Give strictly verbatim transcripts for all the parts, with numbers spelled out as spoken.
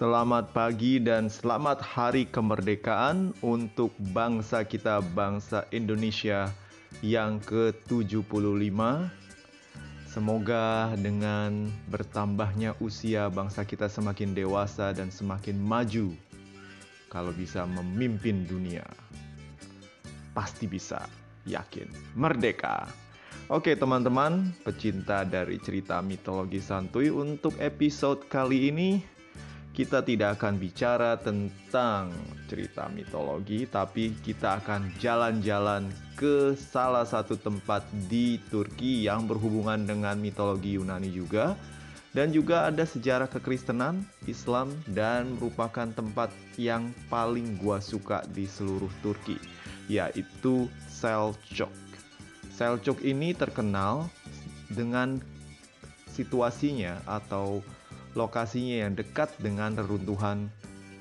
Selamat pagi dan selamat hari kemerdekaan untuk bangsa kita, bangsa Indonesia yang ke tujuh puluh lima. Semoga dengan bertambahnya usia bangsa kita semakin dewasa dan semakin maju. Kalau bisa memimpin dunia, pasti bisa, yakin, merdeka. Oke teman-teman, pecinta dari cerita mitologi santuy, untuk episode kali ini kita tidak akan bicara tentang cerita mitologi, tapi kita akan jalan-jalan ke salah satu tempat di Turki yang berhubungan dengan mitologi Yunani juga. Dan juga ada sejarah kekristenan, Islam, dan merupakan tempat yang paling gua suka di seluruh Turki, yaitu Selçuk. Selçuk ini terkenal dengan situasinya atau lokasinya yang dekat dengan reruntuhan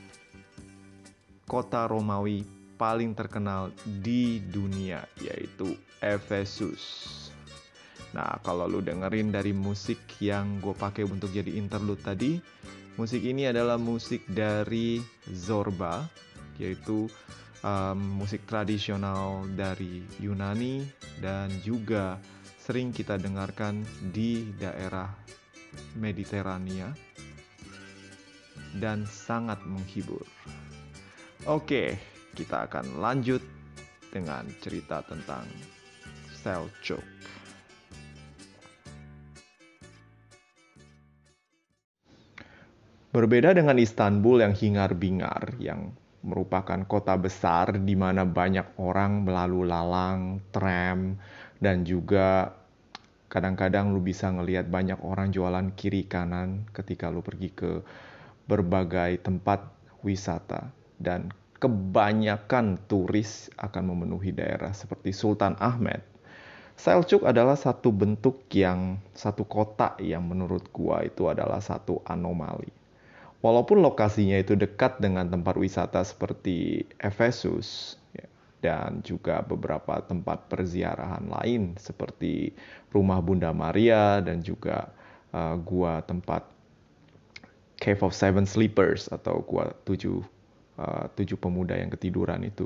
kota Romawi paling terkenal di dunia, yaitu Efesus. Nah, kalau lu dengerin dari musik yang gue pakai untuk jadi interlude tadi, musik ini adalah musik dari Zorba, yaitu um, musik tradisional dari Yunani dan juga sering kita dengarkan di daerah Mediterania dan sangat menghibur. Oke, kita akan lanjut dengan cerita tentang Selçuk. Berbeda dengan Istanbul yang hingar-bingar, yang merupakan kota besar di mana banyak orang berlalu lalang, tram, dan juga kadang-kadang lu bisa ngelihat banyak orang jualan kiri kanan ketika lu pergi ke berbagai tempat wisata. Dan kebanyakan turis akan memenuhi daerah seperti Sultan Ahmed. Selçuk adalah satu bentuk yang, satu kota yang menurut gua itu adalah satu anomali. Walaupun lokasinya itu dekat dengan tempat wisata seperti Efesus, ya, dan juga beberapa tempat perziarahan lain seperti rumah Bunda Maria dan juga uh, gua tempat Cave of Seven Sleepers atau gua tujuh, uh, tujuh pemuda yang ketiduran itu.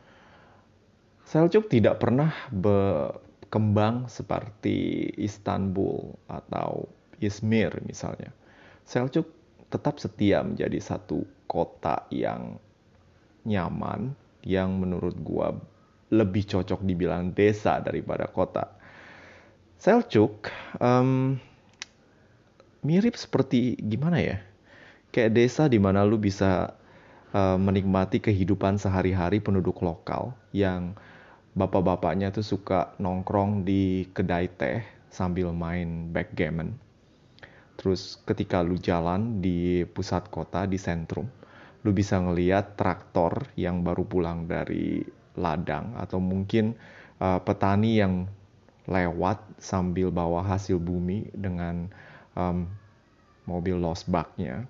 Selçuk tidak pernah berkembang seperti Istanbul atau Izmir misalnya. Selçuk tetap setia menjadi satu kota yang nyaman, yang menurut gua lebih cocok dibilang desa daripada kota. Selçuk um, mirip seperti gimana ya? Kayak desa di mana lu bisa uh, menikmati kehidupan sehari-hari penduduk lokal yang bapak-bapaknya tuh suka nongkrong di kedai teh sambil main backgammon. Terus ketika lu jalan di pusat kota, di sentrum, lu bisa ngeliat traktor yang baru pulang dari ladang, atau mungkin uh, petani yang lewat sambil bawa hasil bumi dengan um, mobil losbaknya.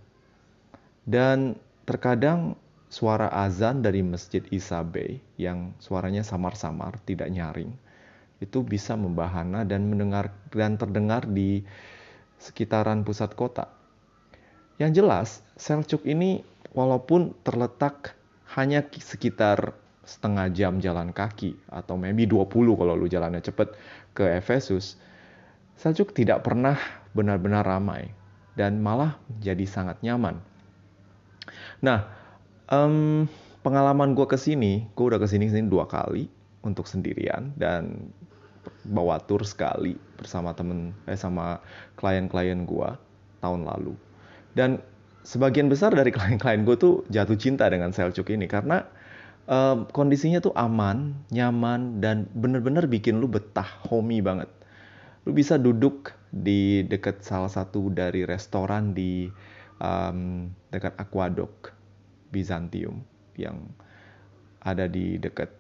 Dan terkadang suara azan dari Masjid Isa Bey yang suaranya samar-samar, tidak nyaring, itu bisa membahana dan mendengar dan terdengar di sekitaran pusat kota. Yang jelas, Selçuk ini walaupun terletak hanya sekitar setengah jam jalan kaki atau maybe dua puluh kalau lu jalannya cepet ke Efesus, Selçuk tidak pernah benar-benar ramai dan malah jadi sangat nyaman. Nah, um, pengalaman gue kesini, gue udah kesini sini dua kali untuk sendirian dan bawa tour sekali bersama temen eh sama klien-klien gue tahun lalu. Dan sebagian besar dari klien-klien gue tuh jatuh cinta dengan Selçuk ini karena um, kondisinya tuh aman, nyaman, dan bener-bener bikin lu betah, homey banget. Lu bisa duduk di dekat salah satu dari restoran di um, dekat Aquadok Bizantium yang ada di dekat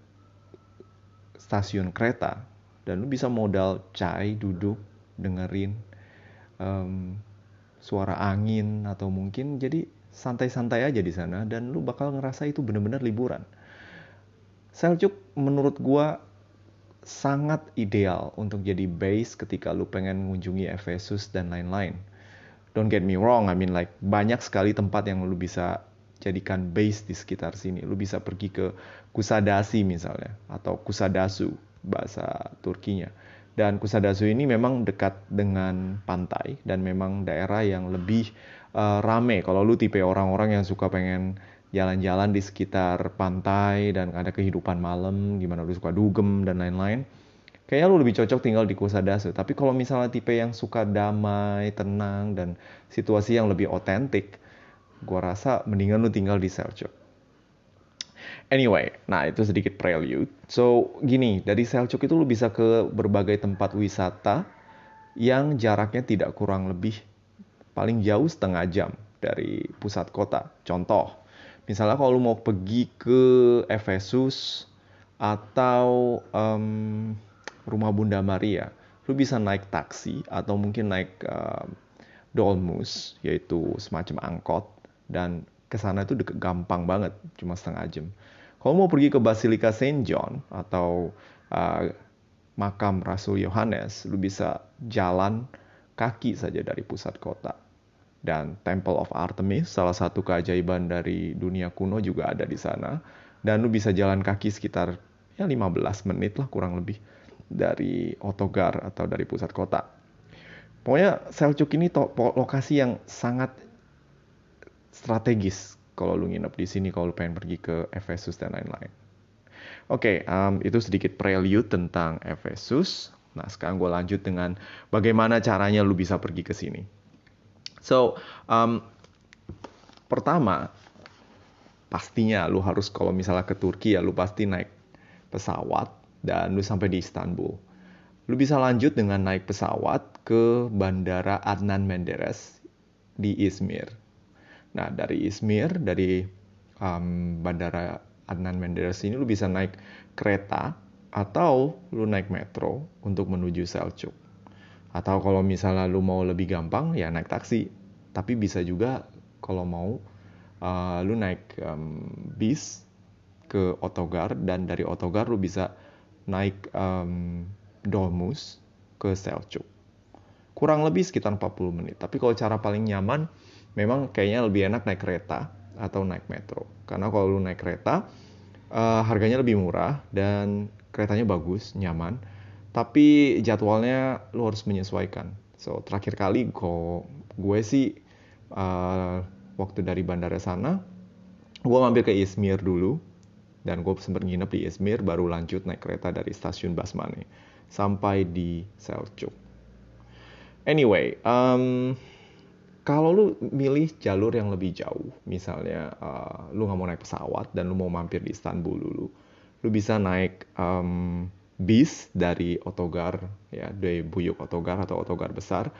stasiun kereta. Dan lu bisa modal chai, duduk, dengerin um, suara angin atau mungkin jadi santai-santai aja di sana dan lu bakal ngerasa itu bener-bener liburan. Selçuk menurut gua sangat ideal untuk jadi base ketika lu pengen mengunjungi Efesus dan lain-lain. don't get me wrong, I mean like banyak sekali tempat yang lu bisa jadikan base di sekitar sini. Lu bisa pergi ke Kusadasi misalnya, atau Kusadasu bahasa Turkinya. Dan Kusadasu ini memang dekat dengan pantai dan memang daerah yang lebih uh, rame. Kalau lu tipe orang-orang yang suka pengen jalan-jalan di sekitar pantai dan ada kehidupan malam, gimana lu suka dugem dan lain-lain, kayaknya lu lebih cocok tinggal di Kusadasu. Tapi kalau misalnya tipe yang suka damai, tenang, dan situasi yang lebih otentik, gua rasa mendingan lu tinggal di Selçuk. Anyway, nah itu sedikit prelude. So, gini, dari Selçuk itu lu bisa ke berbagai tempat wisata yang jaraknya tidak kurang lebih paling jauh setengah jam dari pusat kota. Contoh, misalnya kalau lu mau pergi ke Efesus atau um, rumah Bunda Maria, lu bisa naik taksi atau mungkin naik um, dolmus, yaitu semacam angkot, dan kesana itu deket, gampang banget, cuma setengah jam. Kalau mau pergi ke Basilika Saint John atau uh, makam Rasul Yohanes, lu bisa jalan kaki saja dari pusat kota. Dan Temple of Artemis, salah satu keajaiban dari dunia kuno, juga ada di sana. Dan lu bisa jalan kaki sekitar ya lima belas menit lah kurang lebih dari Otogar atau dari pusat kota. Pokoknya Selçuk ini to- lokasi yang sangat strategis kalau lu nginep di sini, kalau lu pengen pergi ke Efesus dan lain-lain. Oke, okay, um, itu sedikit prelude tentang Efesus. Nah, sekarang gue lanjut dengan bagaimana caranya lu bisa pergi ke sini. So, um, pertama, pastinya lu harus kalau misalnya ke Turki ya, lu pasti naik pesawat dan lu sampai di Istanbul. Lu bisa lanjut dengan naik pesawat ke Bandara Adnan Menderes di Izmir. Nah, dari Izmir, dari um, Bandara Adnan Menderes ini lu bisa naik kereta atau lu naik metro untuk menuju Selçuk. Atau kalau misalnya lu mau lebih gampang, ya naik taksi. Tapi bisa juga kalau mau uh, lu naik um, bis ke Otogar, dan dari Otogar lu bisa naik um, dolmus ke Selçuk. Kurang lebih sekitar empat puluh menit. Tapi kalau cara paling nyaman, memang kayaknya lebih enak naik kereta atau naik metro. Karena kalau lu naik kereta, uh, harganya lebih murah dan keretanya bagus, nyaman. Tapi jadwalnya lu harus menyesuaikan. So, terakhir kali kok gue sih uh, waktu dari bandara sana, gue mampir ke Izmir dulu. Dan gue sempat nginep di Izmir, baru lanjut naik kereta dari stasiun Basmane sampai di Selçuk. Anyway, um, kalau lu milih jalur yang lebih jauh, misalnya uh, lu nggak mau naik pesawat dan lu mau mampir di Istanbul dulu, lu bisa naik um, bis dari Otogar, ya dari Buyuk Otogar atau Otogar besar,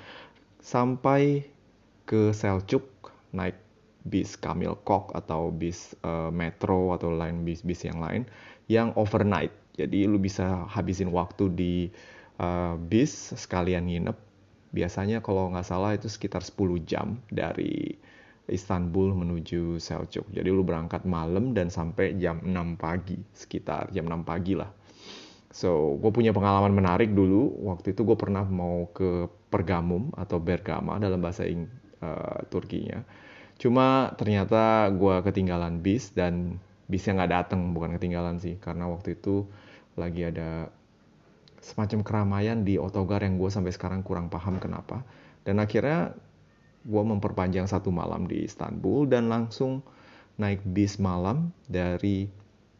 sampai ke Selçuk naik bis Kamil Kok atau bis uh, metro atau lain bis-bis yang lain yang overnight. Jadi lu bisa habisin waktu di uh, bis sekalian nginep. Biasanya kalau nggak salah itu sekitar sepuluh jam dari Istanbul menuju Selçuk. Jadi lu berangkat malam dan sampai jam enam pagi, sekitar jam enam pagi lah. So, gue punya pengalaman menarik dulu. Waktu itu gue pernah mau ke Pergamum atau Bergama dalam bahasa Ing- uh, Turkinya. Cuma ternyata gue ketinggalan bis dan bisnya nggak datang, bukan ketinggalan sih. Karena waktu itu lagi ada semacam keramaian di Otogar yang gue sampai sekarang kurang paham kenapa. Dan akhirnya gue memperpanjang satu malam di Istanbul dan langsung naik bis malam dari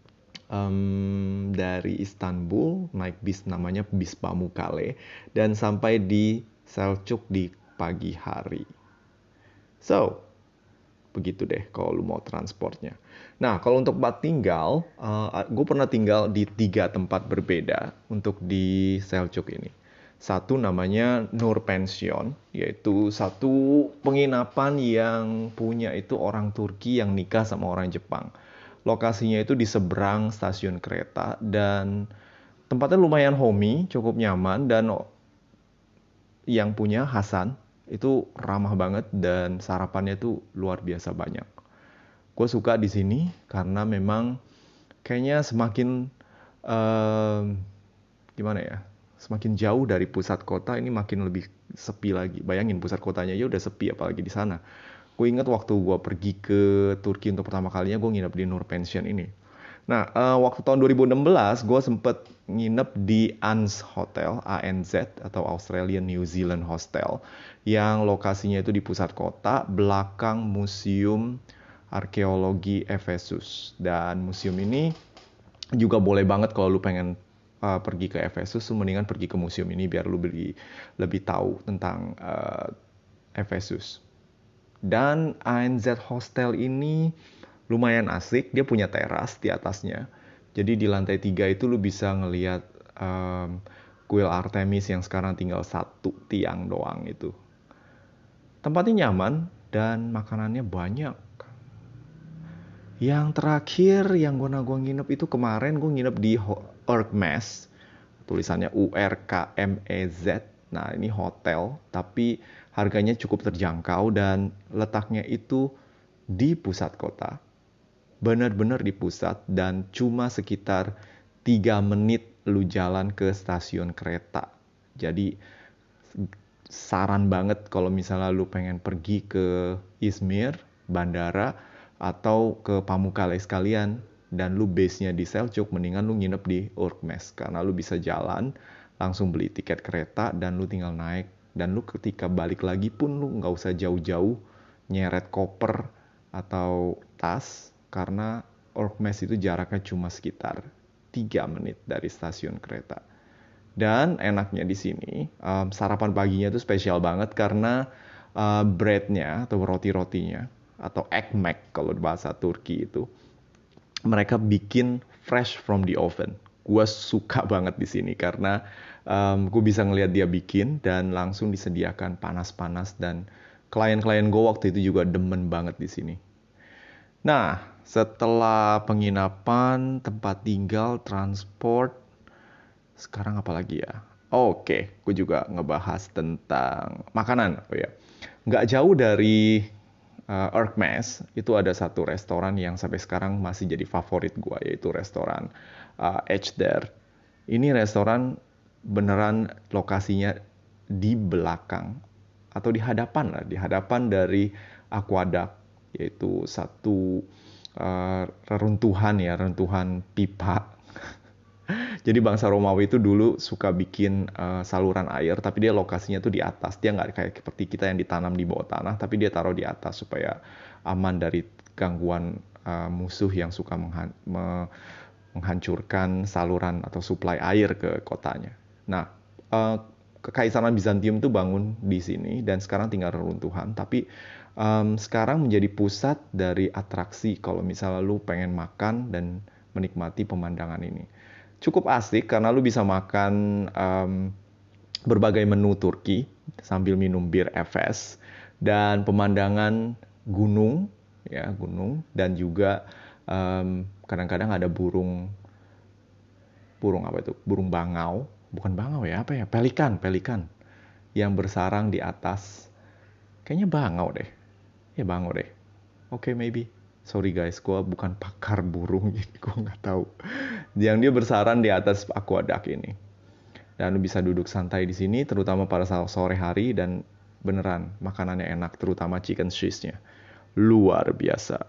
um, dari Istanbul, naik bis namanya bis Pamukkale, dan sampai di Selçuk di pagi hari. So, begitu deh kalau lu mau transportnya. Nah, kalau untuk tempat tinggal, uh, gue pernah tinggal di tiga tempat berbeda untuk di Selçuk ini. Satu namanya Nur Pension, yaitu satu penginapan yang punya itu orang Turki yang nikah sama orang Jepang. Lokasinya itu di seberang stasiun kereta dan tempatnya lumayan homey, cukup nyaman, dan yang punya Hasan itu ramah banget dan sarapannya itu luar biasa banyak. Gue suka di sini karena memang kayaknya semakin uh, gimana ya, Semakin jauh dari pusat kota ini makin lebih sepi lagi. Bayangin pusat kotanya aja udah sepi apalagi di sana. Gue inget waktu gue pergi ke Turki untuk pertama kalinya gue nginep di Nur Pension ini. Nah, eh, waktu tahun dua ribu enam belas gue sempet nginep di A N Z Hotel, A N Z atau Australian New Zealand Hostel yang lokasinya itu di pusat kota, belakang museum arkeologi Efesus. Dan museum ini juga boleh banget kalau lu pengen uh, pergi ke Efesus, lu mendingan pergi ke museum ini biar lu lebih lebih tahu tentang uh, Efesus. Dan A N Z Hostel ini lumayan asik, dia punya teras di atasnya. Jadi di lantai tiga itu lu bisa ngelihat um, kuil Artemis yang sekarang tinggal satu tiang doang itu. Tempatnya nyaman dan makanannya banyak. Yang terakhir yang gue gua nginep itu kemarin gue nginep di Urkmes. Tulisannya U R K M E Z. Nah ini hotel tapi harganya cukup terjangkau dan letaknya itu di pusat kota. Benar-benar di pusat dan cuma sekitar tiga menit lu jalan ke stasiun kereta. Jadi saran banget kalau misalnya lu pengen pergi ke Izmir, bandara, atau ke Pamukkale sekalian, dan lu base-nya di Selçuk, mendingan lu nginep di Urkmes. Karena lu bisa jalan, langsung beli tiket kereta, dan lu tinggal naik. Dan lu ketika balik lagi pun lu nggak usah jauh-jauh nyeret koper atau tas, karena Urkmes itu jaraknya cuma sekitar tiga menit dari stasiun kereta. Dan enaknya di sini, um, sarapan paginya itu spesial banget karena uh, breadnya atau roti-rotinya, atau ekmek kalau bahasa Turki itu, mereka bikin fresh from the oven. Gue suka banget di sini karena um, gue bisa ngelihat dia bikin dan langsung disediakan panas-panas, dan klien-klien gue waktu itu juga demen banget di sini. Nah, setelah penginapan, tempat tinggal, transport, sekarang apa lagi ya? Oh, Oke, okay. Gue juga ngebahas tentang makanan. Oh ya, nggak jauh dari uh, Urkmes itu ada satu restoran yang sampai sekarang masih jadi favorit gue, yaitu restoran uh, Ejder. Ini restoran beneran lokasinya di belakang atau di hadapan lah, di hadapan dari Aqueduct, yaitu satu uh, reruntuhan ya, reruntuhan pipa. Jadi bangsa Romawi itu dulu suka bikin uh, saluran air, tapi dia lokasinya tuh di atas. Dia nggak kayak seperti kita yang ditanam di bawah tanah, tapi dia taruh di atas supaya aman dari gangguan uh, musuh yang suka menghan- me- menghancurkan saluran atau suplai air ke kotanya. Nah, uh, Kekaisaran Bizantium tuh bangun di sini dan sekarang tinggal reruntuhan. Tapi um, sekarang menjadi pusat dari atraksi kalau misalnya lu pengen makan dan menikmati pemandangan ini. Cukup asik karena lu bisa makan um, berbagai menu Turki sambil minum bir Efes dan pemandangan gunung, ya gunung, dan juga um, kadang-kadang ada burung, burung apa itu? Burung bangau, bukan bangau ya, apa ya? Pelikan, pelikan yang bersarang di atas. Kayaknya bangau deh, ya bangau deh. Oke, okay, maybe. Sorry guys, gue bukan pakar burung, jadi gue nggak tahu. Yang dia bersarang di atas aqueduct ini. Dan lu bisa duduk santai di sini, terutama pada sore hari, dan beneran makanannya enak, terutama chicken cheese-nya. Luar biasa.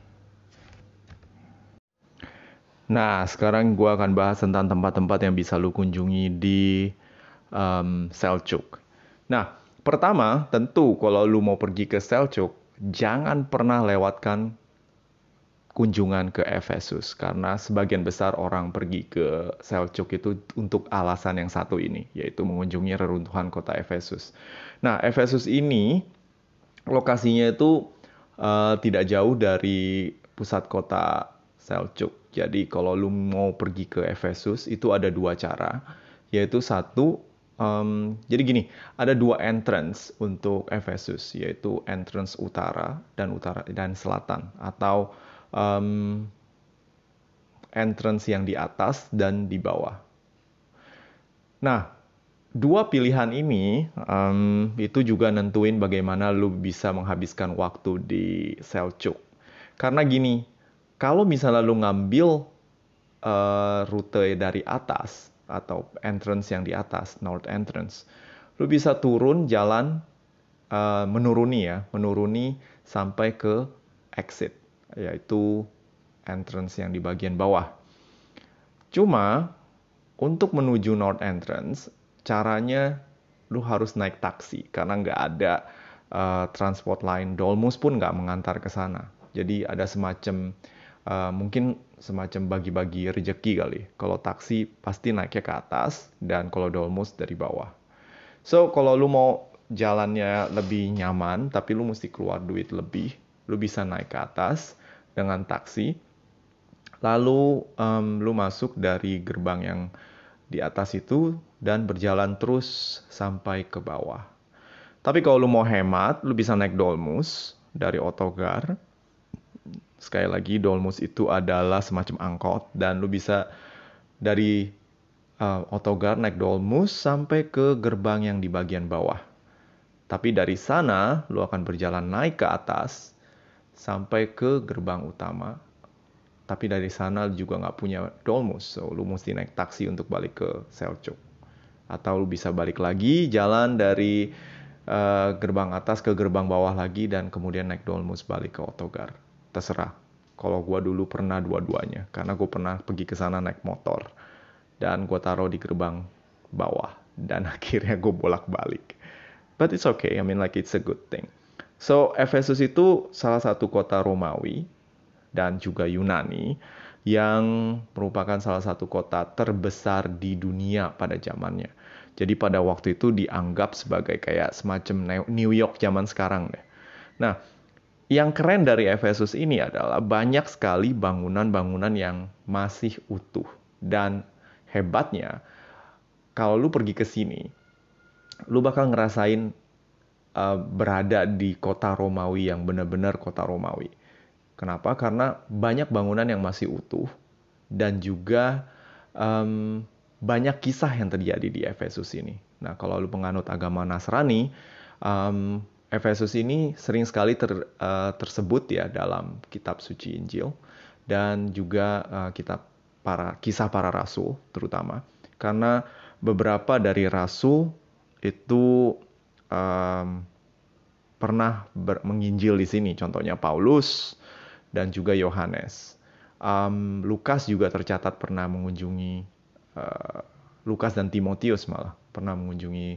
Nah, sekarang gue akan bahas tentang tempat-tempat yang bisa lu kunjungi di um, Selçuk. Nah, pertama, tentu kalau lu mau pergi ke Selçuk, jangan pernah lewatkan kunjungan ke Efesus, karena sebagian besar orang pergi ke Selçuk itu untuk alasan yang satu ini, yaitu mengunjungi reruntuhan kota Efesus. Nah, Efesus ini lokasinya itu uh, tidak jauh dari pusat kota Selçuk. Jadi kalau lu mau pergi ke Efesus itu ada dua cara, yaitu satu, um, jadi gini, ada dua entrance untuk Efesus, yaitu entrance utara dan utara dan selatan, atau um, entrance yang di atas dan di bawah. Nah, dua pilihan ini um, itu juga nentuin bagaimana lu bisa menghabiskan waktu di Selçuk. Karena gini, kalau misalnya lu ngambil uh, rute dari atas atau entrance yang di atas, north entrance, lu bisa turun jalan uh, menuruni ya, menuruni sampai ke exit, yaitu entrance yang di bagian bawah. Cuma untuk menuju north entrance, caranya lu harus naik taksi karena nggak ada uh, transport lain. Dolmus pun nggak mengantar ke sana. Jadi ada semacam uh, mungkin semacam bagi-bagi rejeki kali. Kalau taksi pasti naiknya ke atas dan kalau Dolmus dari bawah. So kalau lu mau jalannya lebih nyaman tapi lu mesti keluar duit lebih, lu bisa naik ke atas dengan taksi. Lalu um, lu masuk dari gerbang yang di atas itu dan berjalan terus sampai ke bawah. Tapi kalau lu mau hemat, lu bisa naik Dolmus dari Otogar. Sekali lagi, Dolmus itu adalah semacam angkot dan lu bisa dari uh, Otogar naik Dolmus sampai ke gerbang yang di bagian bawah. Tapi dari sana, lu akan berjalan naik ke atas sampai ke gerbang utama. Tapi dari sana juga nggak punya Dolmus, so lu mesti naik taksi untuk balik ke Selçuk. Atau lu bisa balik lagi jalan dari uh, gerbang atas ke gerbang bawah lagi dan kemudian naik Dolmus balik ke Otogar. Terserah. Kalau gue dulu pernah dua-duanya, karena gue pernah pergi ke sana naik motor dan gue taruh di gerbang bawah dan akhirnya gue bolak-balik. But it's okay, I mean like it's a good thing. So Efesus itu salah satu kota Romawi dan juga Yunani yang merupakan salah satu kota terbesar di dunia pada zamannya. Jadi pada waktu itu dianggap sebagai kayak semacam New York zaman sekarang deh. Nah, yang keren dari Efesus ini adalah banyak sekali bangunan-bangunan yang masih utuh. Dan hebatnya, kalau lu pergi ke sini, lu bakal ngerasain uh, berada di kota Romawi yang benar-benar kota Romawi. Kenapa? Karena banyak bangunan yang masih utuh dan juga um, banyak kisah yang terjadi di Efesus ini. Nah, kalau lu penganut agama Nasrani, um, Efesus ini sering sekali ter, uh, tersebut ya dalam kitab suci Injil dan juga uh, kitab para kisah para rasul terutama. Karena beberapa dari rasul itu um, pernah ber, menginjil di sini. Contohnya Paulus dan juga Yohanes. Um, Lukas juga tercatat pernah mengunjungi, uh, Lukas dan Timotius malah pernah mengunjungi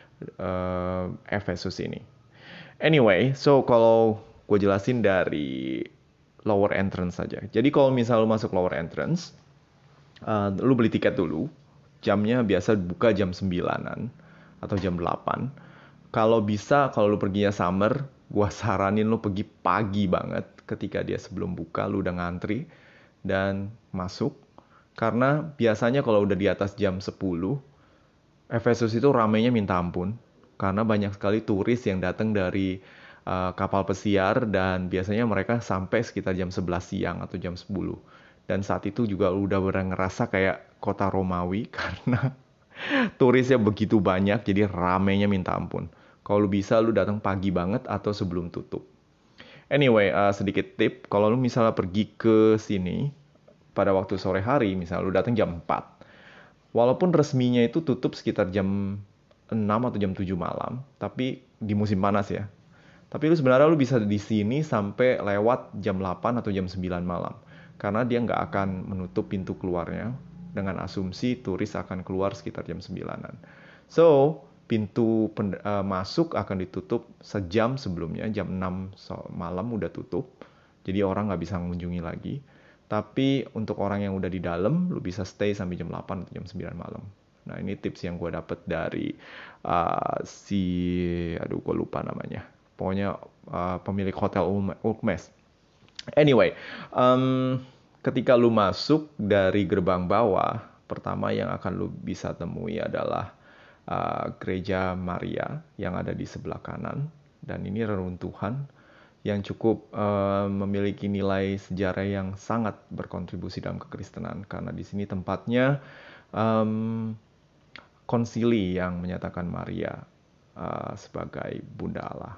uh, Efesus ini. Anyway, so kalau gue jelasin dari lower entrance saja. Jadi kalau misal lu masuk lower entrance, uh, lu beli tiket dulu. Jamnya biasa buka jam sembilanan atau jam delapan. Kalau bisa, kalau lu perginya summer, gue saranin lu pergi pagi banget. Ketika dia sebelum buka, lu udah ngantri dan masuk. Karena biasanya kalau udah di atas jam sepuluh, Efesus itu ramainya minta ampun. Karena banyak sekali turis yang datang dari uh, kapal pesiar dan biasanya mereka sampai sekitar jam sebelas siang atau jam sepuluh. Dan saat itu juga udah benar ngerasa kayak kota Romawi karena turisnya begitu banyak, jadi ramainya minta ampun. Kalau lu bisa, lu datang pagi banget atau sebelum tutup. Anyway, uh, sedikit tip, kalau lu misalnya pergi ke sini pada waktu sore hari, misalnya lu datang jam empat. Walaupun resminya itu tutup sekitar jam enam atau jam tujuh malam, tapi di musim panas ya. Tapi lu sebenarnya lu bisa di sini sampai lewat jam delapan atau jam sembilan malam. Karena dia nggak akan menutup pintu keluarnya dengan asumsi turis akan keluar sekitar jam sembilanan. So, pintu pen, uh, masuk akan ditutup sejam sebelumnya, jam enam malam udah tutup. Jadi orang nggak bisa mengunjungi lagi. Tapi untuk orang yang udah di dalam, lu bisa stay sampai jam delapan atau jam sembilan malam. Nah, ini tips yang gue dapet dari uh, si, aduh gue lupa namanya. Pokoknya uh, pemilik hotel Ulkmes. Anyway, um, ketika lu masuk dari gerbang bawah, pertama yang akan lu bisa temui adalah Uh, gereja Maria yang ada di sebelah kanan, dan ini reruntuhan yang cukup uh, memiliki nilai sejarah yang sangat berkontribusi dalam kekristenan karena di sini tempatnya um, konsili yang menyatakan Maria uh, sebagai Bunda Allah.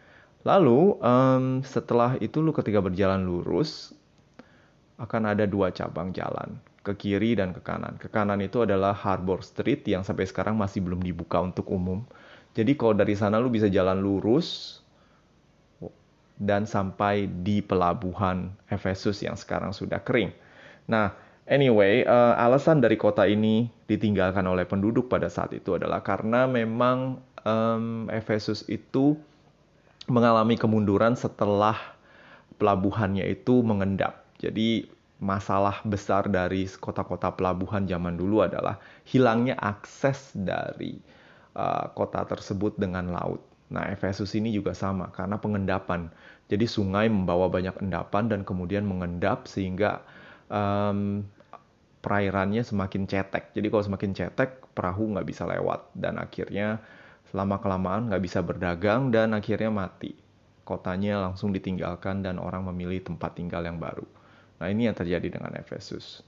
Lalu um, setelah itu lu ketika berjalan lurus akan ada dua cabang jalan. ke kiri dan ke kanan. Ke kanan itu adalah Harbor Street yang sampai sekarang masih belum dibuka untuk umum. Jadi kalau dari sana lu bisa jalan lurus dan sampai di pelabuhan Efesus yang sekarang sudah kering. Nah, anyway, uh, alasan dari kota ini ditinggalkan oleh penduduk pada saat itu adalah karena memang um, Efesus itu mengalami kemunduran setelah pelabuhannya itu mengendap. Jadi masalah besar dari kota-kota pelabuhan zaman dulu adalah hilangnya akses dari uh, kota tersebut dengan laut. Nah, Efesus ini juga sama karena pengendapan. Jadi sungai membawa banyak endapan dan kemudian mengendap sehingga um, perairannya semakin cetek. Jadi kalau semakin cetek, perahu nggak bisa lewat. Dan akhirnya lama-kelamaan nggak bisa berdagang dan akhirnya mati. Kotanya langsung ditinggalkan dan orang memilih tempat tinggal yang baru. Nah, ini yang terjadi dengan Efesus.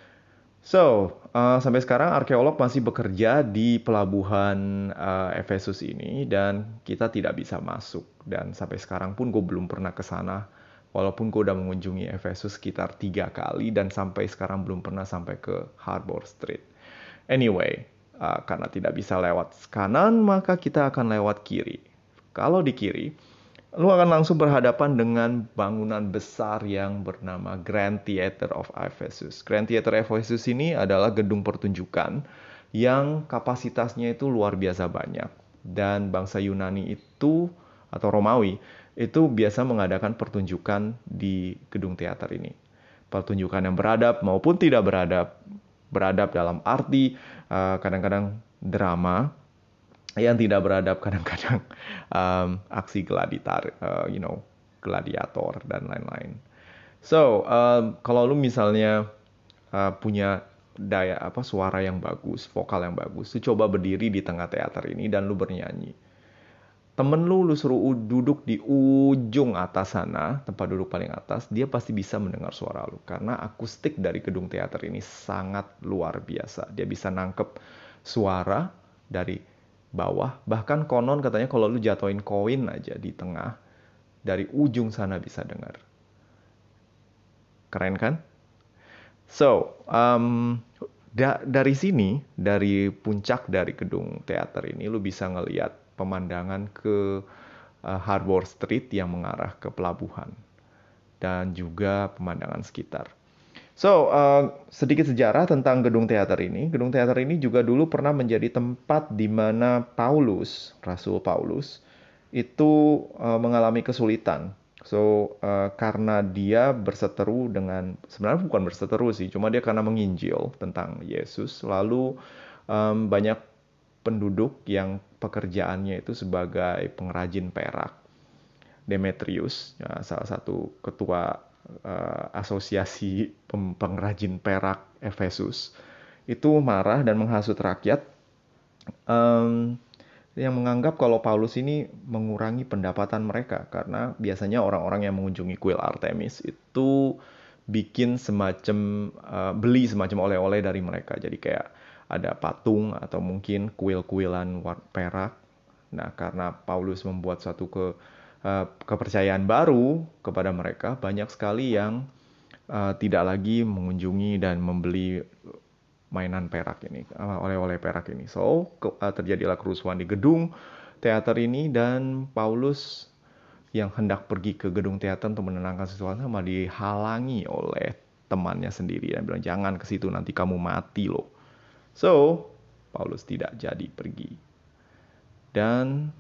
So, uh, sampai sekarang arkeolog masih bekerja di pelabuhan uh, Efesus ini dan kita tidak bisa masuk. Dan sampai sekarang pun gue belum pernah ke sana. Walaupun gue udah mengunjungi Efesus sekitar tiga kali dan sampai sekarang belum pernah sampai ke Harbor Street. Anyway, uh, karena tidak bisa lewat kanan, maka kita akan lewat kiri. Kalau di kiri, lu akan langsung berhadapan dengan bangunan besar yang bernama Grand Theater of Ephesus. Grand Theater Ephesus ini adalah gedung pertunjukan yang kapasitasnya itu luar biasa banyak. Dan bangsa Yunani itu, atau Romawi, itu biasa mengadakan pertunjukan di gedung teater ini. Pertunjukan yang beradab maupun tidak beradab. Beradab dalam arti uh, kadang-kadang drama, yang tidak beradab kadang-kadang um, aksi gladiator, uh, you know, gladiator dan lain-lain. So, um, kalau lu misalnya uh, punya daya apa suara yang bagus, vokal yang bagus, lu coba berdiri di tengah teater ini dan lu bernyanyi. Temen lu lu suruh duduk di ujung atas sana, tempat duduk paling atas, dia pasti bisa mendengar suara lu karena akustik dari gedung teater ini sangat luar biasa. Dia bisa nangkep suara dari bawah, bahkan konon katanya kalau lu jatoin koin aja di tengah, dari ujung sana bisa dengar. Keren kan? So, um, da- dari sini, dari puncak dari gedung teater ini, lu bisa ngelihat pemandangan ke uh, Harbor Street yang mengarah ke pelabuhan. Dan juga pemandangan sekitar. So, uh, sedikit sejarah tentang gedung teater ini. Gedung teater ini juga dulu pernah menjadi tempat di mana Paulus, Rasul Paulus, itu uh, mengalami kesulitan. So, uh, karena dia berseteru dengan, sebenarnya bukan berseteru sih, cuma dia karena menginjil tentang Yesus. Lalu um, banyak penduduk yang pekerjaannya itu sebagai pengrajin perak. Demetrius, ya, salah satu ketua uh, asosiasi pengrajin perak Efesus, itu marah dan menghasut rakyat um, yang menganggap kalau Paulus ini mengurangi pendapatan mereka karena biasanya orang-orang yang mengunjungi kuil Artemis itu bikin semacam uh, beli semacam oleh-oleh dari mereka. Jadi kayak ada patung atau mungkin kuil-kuilan perak. Nah, karena Paulus membuat satu ke uh, kepercayaan baru kepada mereka, banyak sekali yang uh, tidak lagi mengunjungi dan membeli mainan perak ini, uh, oleh-oleh perak ini. So, ke, uh, terjadilah kerusuhan di gedung teater ini dan Paulus yang hendak pergi ke gedung teater untuk menenangkan sesuatu sama dihalangi oleh temannya sendiri dan bilang jangan ke situ nanti kamu mati loh. So, Paulus tidak jadi pergi. Dan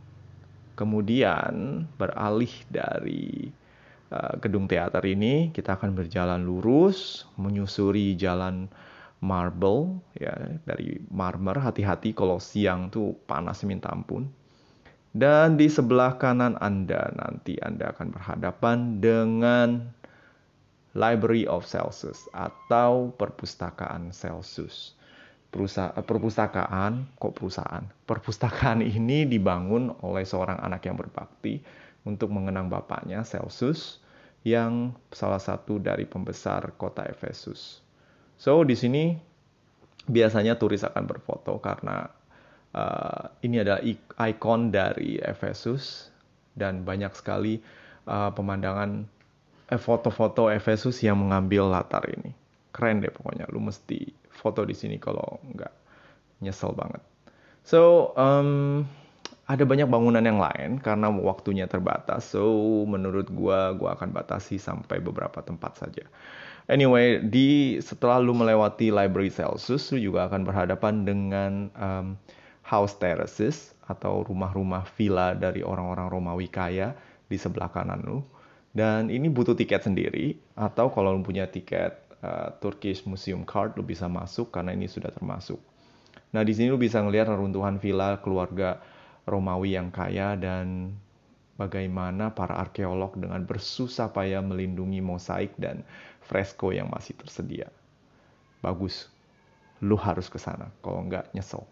kemudian beralih dari uh, gedung teater ini, kita akan berjalan lurus menyusuri jalan marble ya, dari marmer. Hati-hati kalau siang tuh panas minta ampun. Dan di sebelah kanan Anda nanti Anda akan berhadapan dengan Library of Celsus atau perpustakaan Celsus. Perusahaan, perpustakaan, kok perusahaan? Perpustakaan ini dibangun oleh seorang anak yang berbakti untuk mengenang bapaknya Celsus yang salah satu dari pembesar kota Efesus. So di sini biasanya turis akan berfoto karena uh, ini adalah ikon dari Efesus dan banyak sekali uh, pemandangan eh, foto-foto Efesus yang mengambil latar ini. Keren deh pokoknya. Lu mesti foto di sini kalau nggak nyesel banget. So, um, ada banyak bangunan yang lain karena waktunya terbatas. So, menurut gua, gua akan batasi sampai beberapa tempat saja. Anyway, di setelah lu melewati Library Celsus, lu juga akan berhadapan dengan um, house terraces atau rumah-rumah villa dari orang-orang Romawi kaya di sebelah kanan lu. Dan ini butuh tiket sendiri, atau kalau lu punya tiket uh, Turkish Museum Card, lu bisa masuk karena ini sudah termasuk. Nah, di sini lu bisa ngelihat reruntuhan villa keluarga Romawi yang kaya dan bagaimana para arkeolog dengan bersusah payah melindungi mosaik dan fresko yang masih tersedia. Bagus. Lu harus ke sana, kalau nggak nyesel.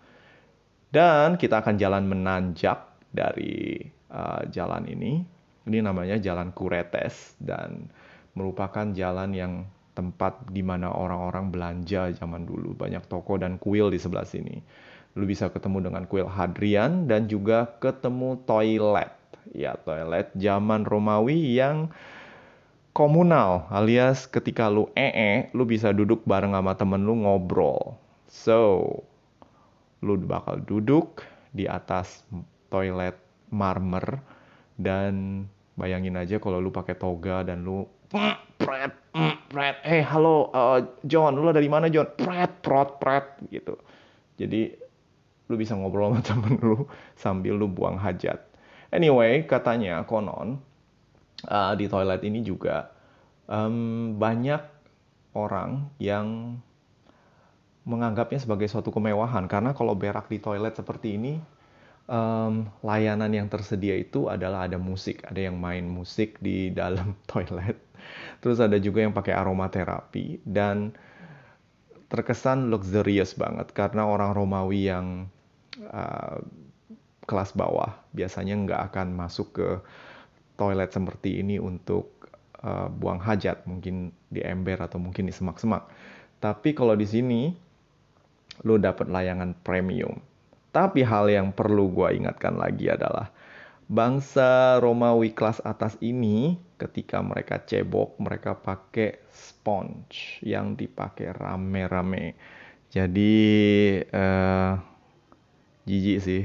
Dan kita akan jalan menanjak dari uh, jalan ini. Ini namanya Jalan Kuretes dan merupakan jalan yang tempat di mana orang-orang belanja zaman dulu. Banyak toko dan kuil di sebelah sini. Lu bisa ketemu dengan kuil Hadrian dan juga ketemu toilet. Ya, toilet zaman Romawi yang komunal, alias ketika lu ee, lu bisa duduk bareng sama temen lu ngobrol. So, lu bakal duduk di atas toilet marmer dan bayangin aja kalau lu pakai toga dan lu pret pret eh halo uh, John, lu dari mana John? Pret prot pret gitu. Jadi lu bisa ngobrol sama temen lu sambil lu buang hajat. Anyway, katanya konon uh, di toilet ini juga um, banyak orang yang menganggapnya sebagai suatu kemewahan karena kalau berak di toilet seperti ini um, layanan yang tersedia itu adalah ada musik, ada yang main musik di dalam toilet, terus ada juga yang pakai aromaterapi dan terkesan luxurious banget karena orang Romawi yang uh, kelas bawah biasanya nggak akan masuk ke toilet seperti ini untuk uh, buang hajat, mungkin di ember atau mungkin di semak-semak. Tapi kalau di sini lu dapat layanan premium. Tapi hal yang perlu gua ingatkan lagi adalah bangsa Romawi kelas atas ini ketika mereka cebok, mereka pakai sponge yang dipakai rame-rame. Jadi uh, jijik sih.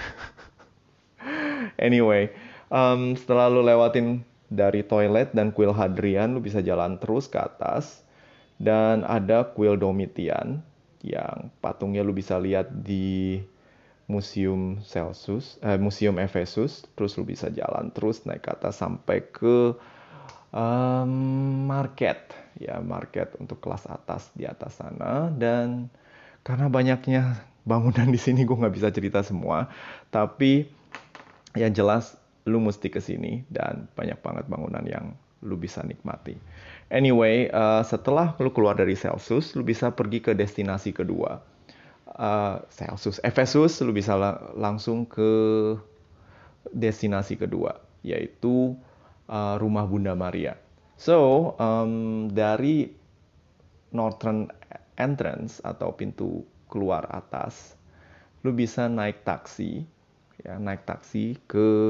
Anyway, um, setelah lu lewatin dari toilet dan kuil Hadrian, lu bisa jalan terus ke atas. Dan ada kuil Domitian yang patungnya lu bisa lihat di Museum Celsus, eh, Museum Efesus. Terus lu bisa jalan terus naik ke atas sampai ke um, market. Ya, market untuk kelas atas di atas sana. Dan karena banyaknya bangunan di sini gue nggak bisa cerita semua. Tapi yang jelas lu mesti ke sini dan banyak banget bangunan yang lu bisa nikmati. Anyway, uh, setelah lu keluar dari Celsus, lu bisa pergi ke destinasi kedua. Uh, Celsus, Efesus, lu bisa la- langsung ke destinasi kedua, yaitu uh, rumah Bunda Maria. So, um, dari Northern Entrance atau pintu keluar atas, lu bisa naik taksi, ya naik taksi ke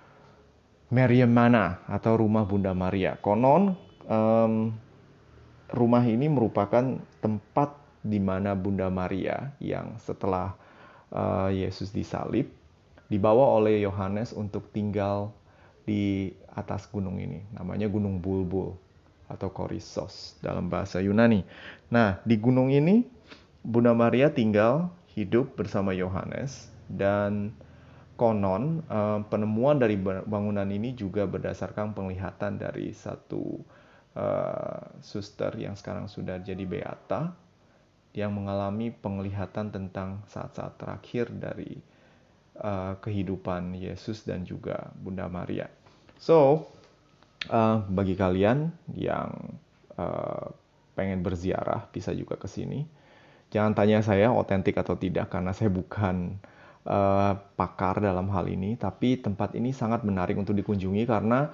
Mariamana atau rumah Bunda Maria. Konon um, rumah ini merupakan tempat di mana Bunda Maria yang setelah uh, Yesus disalib dibawa oleh Yohanes untuk tinggal di atas gunung ini. Namanya Gunung Bulbul atau Korissos dalam bahasa Yunani. Nah, di gunung ini Bunda Maria tinggal hidup bersama Yohanes dan konon uh, penemuan dari bangunan ini juga berdasarkan penglihatan dari satu uh, suster yang sekarang sudah jadi beata yang mengalami penglihatan tentang saat-saat terakhir dari uh, kehidupan Yesus dan juga Bunda Maria. So, uh, bagi kalian yang uh, pengen berziarah bisa juga ke sini. Jangan tanya saya otentik atau tidak karena saya bukan uh, pakar dalam hal ini, tapi tempat ini sangat menarik untuk dikunjungi karena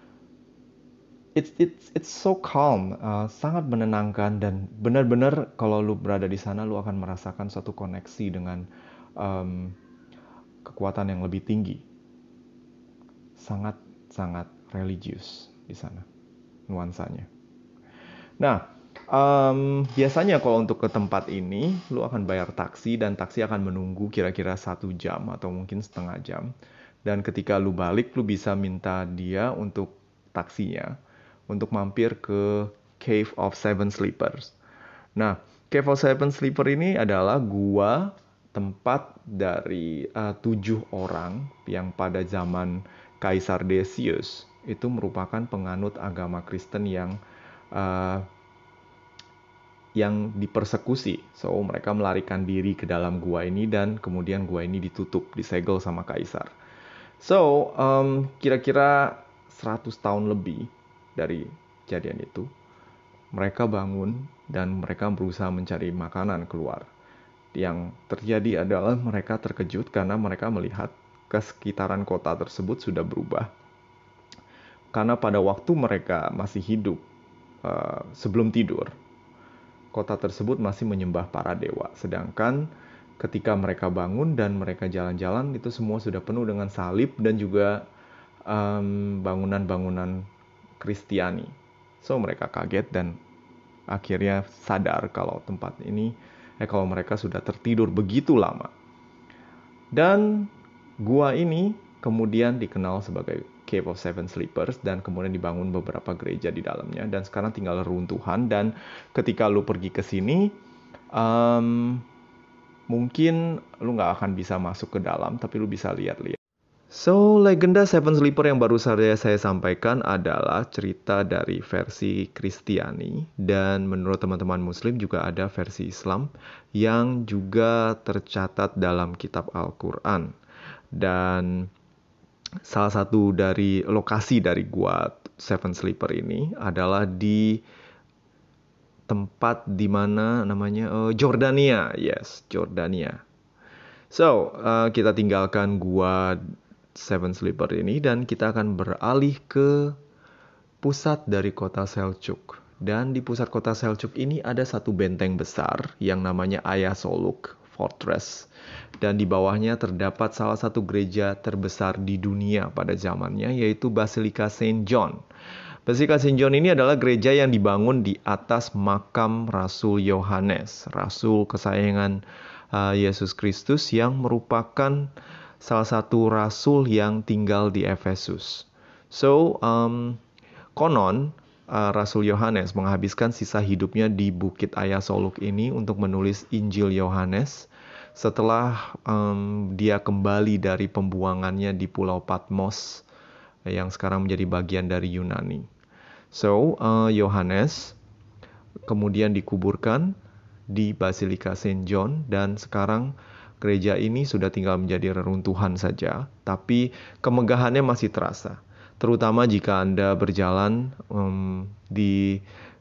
it's it's it's so calm, uh, sangat menenangkan dan benar-benar kalau lu berada di sana lu akan merasakan suatu koneksi dengan um, kekuatan yang lebih tinggi. Sangat sangat religius di sana nuansanya. Nah, Um, biasanya kalau untuk ke tempat ini, lu akan bayar taksi dan taksi akan menunggu kira-kira satu jam atau mungkin setengah jam. Dan ketika lu balik, lu bisa minta dia untuk taksinya untuk mampir ke Cave of Seven Sleepers. Nah, Cave of Seven Sleepers ini adalah gua tempat dari uh, tujuh orang yang pada zaman Kaisar Decius itu merupakan penganut agama Kristen yang uh, yang dipersekusi. So, mereka melarikan diri ke dalam gua ini dan kemudian gua ini ditutup, disegel sama kaisar. So, um, kira-kira seratus tahun lebih dari kejadian itu, mereka bangun dan mereka berusaha mencari makanan keluar. Yang terjadi adalah mereka terkejut karena mereka melihat ke sekitaran kota tersebut sudah berubah. Karena pada waktu mereka masih hidup, uh, sebelum tidur, kota tersebut masih menyembah para dewa. Sedangkan ketika mereka bangun dan mereka jalan-jalan, itu semua sudah penuh dengan salib dan juga um, bangunan-bangunan Kristiani. So mereka kaget dan akhirnya sadar kalau tempat ini, eh kalau mereka sudah tertidur begitu lama. Dan gua ini kemudian dikenal sebagai Cave of Seven Sleepers dan kemudian dibangun beberapa gereja di dalamnya dan sekarang tinggal reruntuhan. Dan ketika lu pergi ke sini, um, mungkin lu nggak akan bisa masuk ke dalam, tapi lu bisa lihat-lihat. So, legenda Seven Sleeper yang baru saja saya sampaikan adalah cerita dari versi Kristiani dan menurut teman-teman Muslim juga ada versi Islam yang juga tercatat dalam kitab Al-Quran. Dan salah satu dari lokasi dari gua Seven Sleeper ini adalah di tempat di mana namanya uh, Jordania, yes, Jordania. So, uh, kita tinggalkan gua Seven Sleeper ini dan kita akan beralih ke pusat dari kota Selçuk. Dan di pusat kota Selçuk ini ada satu benteng besar yang namanya Ayasoluk Fortress. Dan di bawahnya terdapat salah satu gereja terbesar di dunia pada zamannya, yaitu Basilika Saint John. Basilika Saint John ini adalah gereja yang dibangun di atas makam Rasul Yohanes, Rasul kesayangan uh, Yesus Kristus yang merupakan salah satu rasul yang tinggal di Efesus. So, um, konon uh, Rasul Yohanes menghabiskan sisa hidupnya di Bukit Ayasoluk ini untuk menulis Injil Yohanes setelah um, dia kembali dari pembuangannya di Pulau Patmos yang sekarang menjadi bagian dari Yunani. So, uh, Yohanes kemudian dikuburkan di Basilika Saint John dan sekarang gereja ini sudah tinggal menjadi reruntuhan saja, tapi kemegahannya masih terasa. Terutama jika Anda berjalan um, di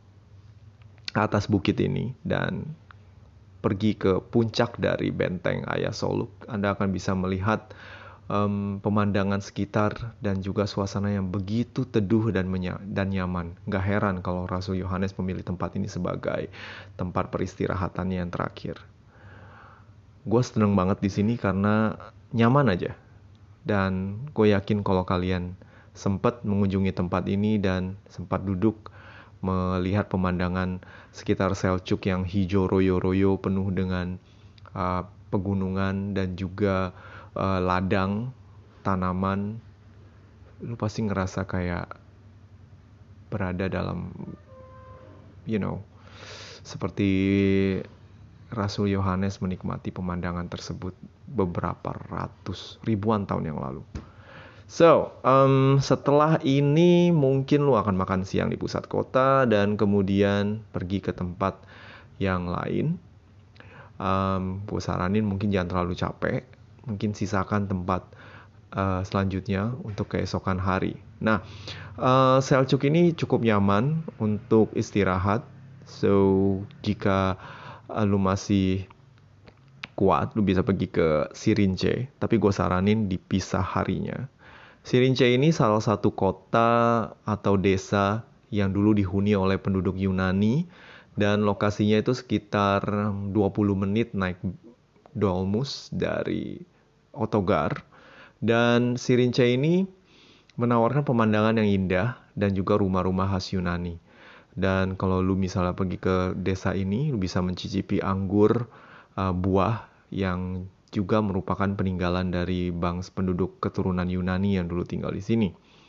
atas bukit ini dan pergi ke puncak dari benteng Ayasoluk, Anda akan bisa melihat um, pemandangan sekitar dan juga suasana yang begitu teduh dan, menya- dan nyaman. Gak heran kalau Rasul Yohanes memilih tempat ini sebagai tempat peristirahatannya yang terakhir. Gue seneng banget di sini karena nyaman aja. Dan gue yakin kalau kalian sempat mengunjungi tempat ini dan sempat duduk melihat pemandangan sekitar Selçuk yang hijau royo-royo penuh dengan uh, pegunungan dan juga uh, ladang tanaman, lu pasti ngerasa kayak berada dalam, you know, seperti Rasul Yohanes menikmati pemandangan tersebut beberapa ratus, ribuan tahun yang lalu. So, um, setelah ini mungkin lu akan makan siang di pusat kota dan kemudian pergi ke tempat yang lain. Um, gue saranin mungkin jangan terlalu capek, mungkin sisakan tempat uh, selanjutnya untuk keesokan hari. Nah, uh, Selçuk ini cukup nyaman untuk istirahat. So, jika uh, lu masih kuat, lu bisa pergi ke Sirince, tapi gue saranin dipisah harinya. Sirince ini salah satu kota atau desa yang dulu dihuni oleh penduduk Yunani dan lokasinya itu sekitar dua puluh menit naik dolmus dari otogar. Dan Sirince ini menawarkan pemandangan yang indah dan juga rumah-rumah khas Yunani. Dan kalau lu misalnya pergi ke desa ini, lu bisa mencicipi anggur uh, buah yang juga merupakan peninggalan dari bangsa penduduk keturunan Yunani yang dulu tinggal di sini.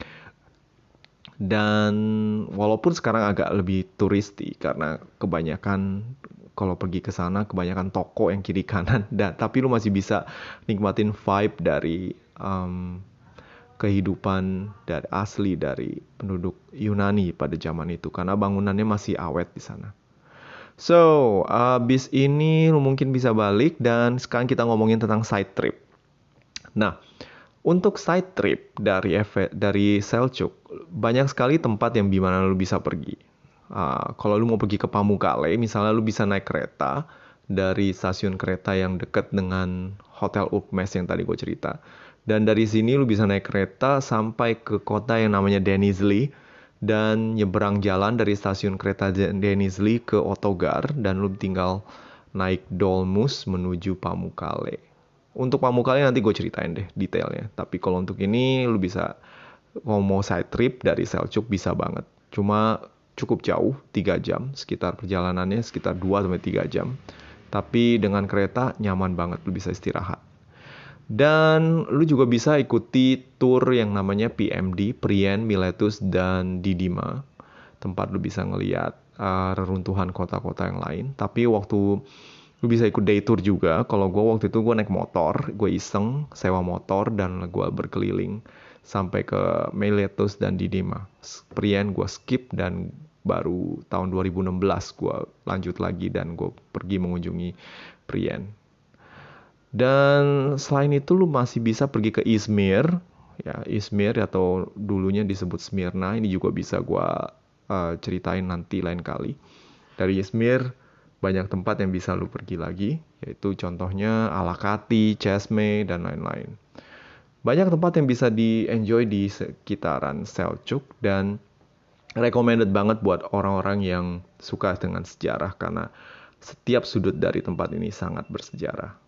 Dan walaupun sekarang agak lebih turisti karena kebanyakan kalau pergi ke sana kebanyakan toko yang kiri kanan, dan tapi lu masih bisa nikmatin vibe dari um, kehidupan dari asli dari penduduk Yunani pada zaman itu karena bangunannya masih awet di sana. So, abis ini lu mungkin bisa balik dan sekarang kita ngomongin tentang side trip. Nah, untuk side trip dari Efe, dari Selçuk, banyak sekali tempat yang dimana lu bisa pergi. Uh, kalau lu mau pergi ke Pamukkale, misalnya lu bisa naik kereta dari stasiun kereta yang dekat dengan Hotel Urmes yang tadi gue cerita. Dan dari sini lu bisa naik kereta sampai ke kota yang namanya Denizli dan nyeberang jalan dari stasiun kereta Denizli ke Otogar dan lu tinggal naik dolmus menuju Pamukkale. Untuk Pamukkale nanti gue ceritain deh detailnya. Tapi kalau untuk ini lu bisa kalau mau side trip dari Selçuk bisa banget. Cuma cukup jauh, tiga jam sekitar perjalanannya sekitar dua sampai tiga jam. Tapi dengan kereta nyaman banget, lu bisa istirahat. Dan lu juga bisa ikuti tour yang namanya P M D, Prien, Miletus, dan Didima. Tempat lu bisa ngeliat uh, reruntuhan kota-kota yang lain. Tapi waktu lu bisa ikut day tour juga. Kalau gue waktu itu gue naik motor, gue iseng sewa motor dan gue berkeliling sampai ke Miletus dan Didima. Prien gue skip dan baru tahun dua ribu enam belas gue lanjut lagi dan gue pergi mengunjungi Prien. Dan selain itu lu masih bisa pergi ke Izmir, ya Izmir atau dulunya disebut Smyrna. Ini juga bisa gua uh, ceritain nanti lain kali. Dari Izmir banyak tempat yang bisa lu pergi lagi, yaitu contohnya Alakati, Çeşme dan lain-lain. Banyak tempat yang bisa di-enjoy di sekitaran Selçuk dan recommended banget buat orang-orang yang suka dengan sejarah karena setiap sudut dari tempat ini sangat bersejarah.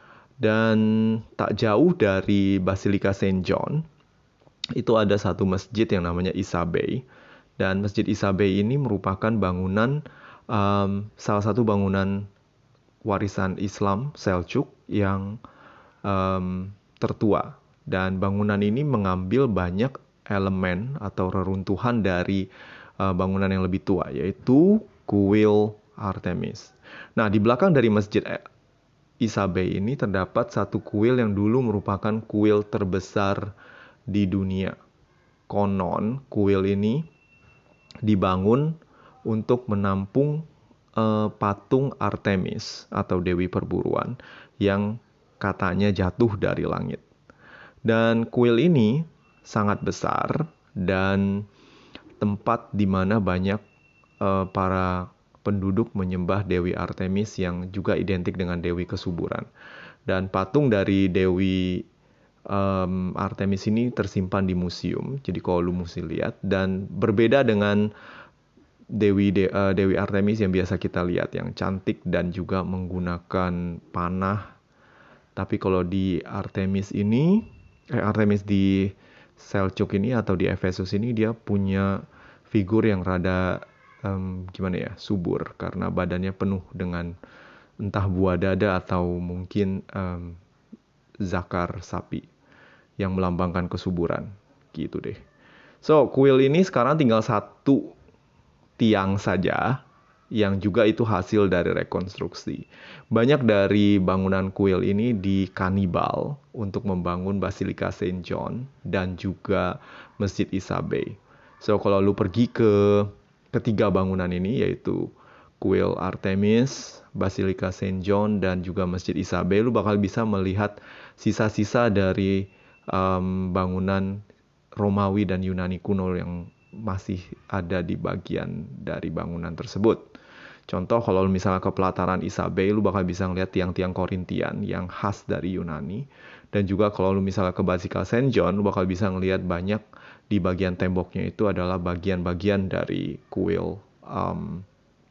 Dan tak jauh dari Basilika Saint John, itu ada satu masjid yang namanya Isa Bey. Dan Masjid Isa Bey ini merupakan bangunan, um, salah satu bangunan warisan Islam Selçuk yang um, tertua. Dan bangunan ini mengambil banyak elemen atau reruntuhan dari uh, bangunan yang lebih tua, yaitu kuil Artemis. Nah, di belakang dari Masjid Isa Bey ini terdapat satu kuil yang dulu merupakan kuil terbesar di dunia. Konon kuil ini dibangun untuk menampung uh, patung Artemis atau Dewi Perburuan yang katanya jatuh dari langit. Dan kuil ini sangat besar dan tempat di mana banyak uh, para penduduk menyembah Dewi Artemis yang juga identik dengan Dewi Kesuburan. Dan patung dari Dewi um, Artemis ini tersimpan di museum. Jadi kalau lu mesti lihat. Dan berbeda dengan Dewi De, uh, Dewi Artemis yang biasa kita lihat, yang cantik dan juga menggunakan panah. Tapi kalau di Artemis ini, eh, Artemis di Selçuk ini atau di Efesus ini dia punya figur yang rada Um, gimana ya, subur karena badannya penuh dengan entah buah dada atau mungkin um, zakar sapi yang melambangkan kesuburan gitu deh. So kuil ini sekarang tinggal satu tiang saja yang juga itu hasil dari rekonstruksi. Banyak dari bangunan kuil ini dikanibal untuk membangun Basilika Saint John dan juga Masjid Isa Bey. So kalau lu pergi ke ketiga bangunan ini, yaitu kuil Artemis, Basilika Saint John, dan juga Masjid Isa Bey, lu bakal bisa melihat sisa-sisa dari um, bangunan Romawi dan Yunani kuno yang masih ada di bagian dari bangunan tersebut. Contoh, kalau misalnya ke pelataran Isa Bey, lu bakal bisa ngeliat tiang-tiang Korintian yang khas dari Yunani. Dan juga kalau lu misalnya ke Basilika Saint John, lu bakal bisa ngeliat banyak di bagian temboknya itu adalah bagian-bagian dari kuil um,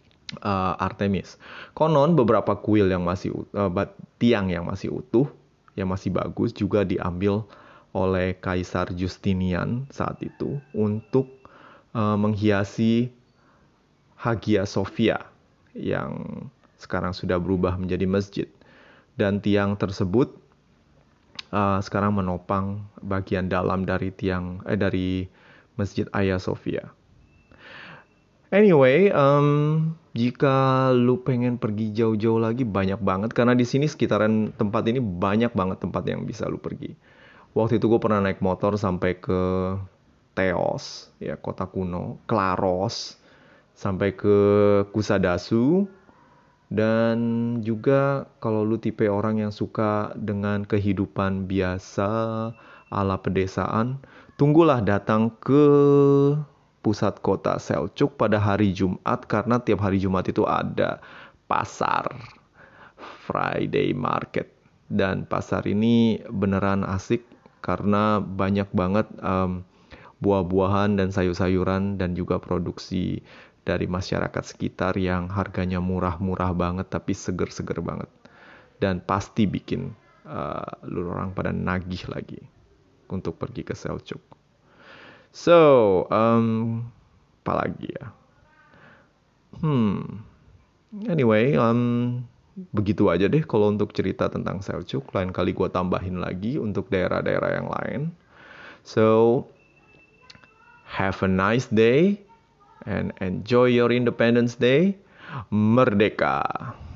uh, Artemis. Konon beberapa kuil yang masih uh, tiang yang masih utuh, yang masih bagus juga diambil oleh Kaisar Justinian saat itu untuk uh, menghiasi Hagia Sophia yang sekarang sudah berubah menjadi masjid. Dan tiang tersebut uh, sekarang menopang bagian dalam dari tiang eh dari Masjid Hagia Sophia. Anyway, um, jika lu pengen pergi jauh-jauh lagi banyak banget karena di sini sekitaran tempat ini banyak banget tempat yang bisa lu pergi. Waktu itu gue pernah naik motor sampai ke Teos, ya kota kuno, Klaros, sampai ke Kusadasu, dan juga kalau lu tipe orang yang suka dengan kehidupan biasa ala pedesaan, tunggulah datang ke pusat kota Selçuk pada hari Jumat karena tiap hari Jumat itu ada pasar Friday Market, dan pasar ini beneran asik karena banyak banget um, buah-buahan dan sayur-sayuran dan juga produksi dari masyarakat sekitar yang harganya murah-murah banget tapi seger-seger banget dan pasti bikin uh, lu orang pada nagih lagi untuk pergi ke Selçuk. So, um, apa lagi ya? Hmm, anyway, um, begitu aja deh kalau untuk cerita tentang Selçuk. Lain kali gue tambahin lagi untuk daerah-daerah yang lain. So, have a nice day and enjoy your Independence Day. Merdeka!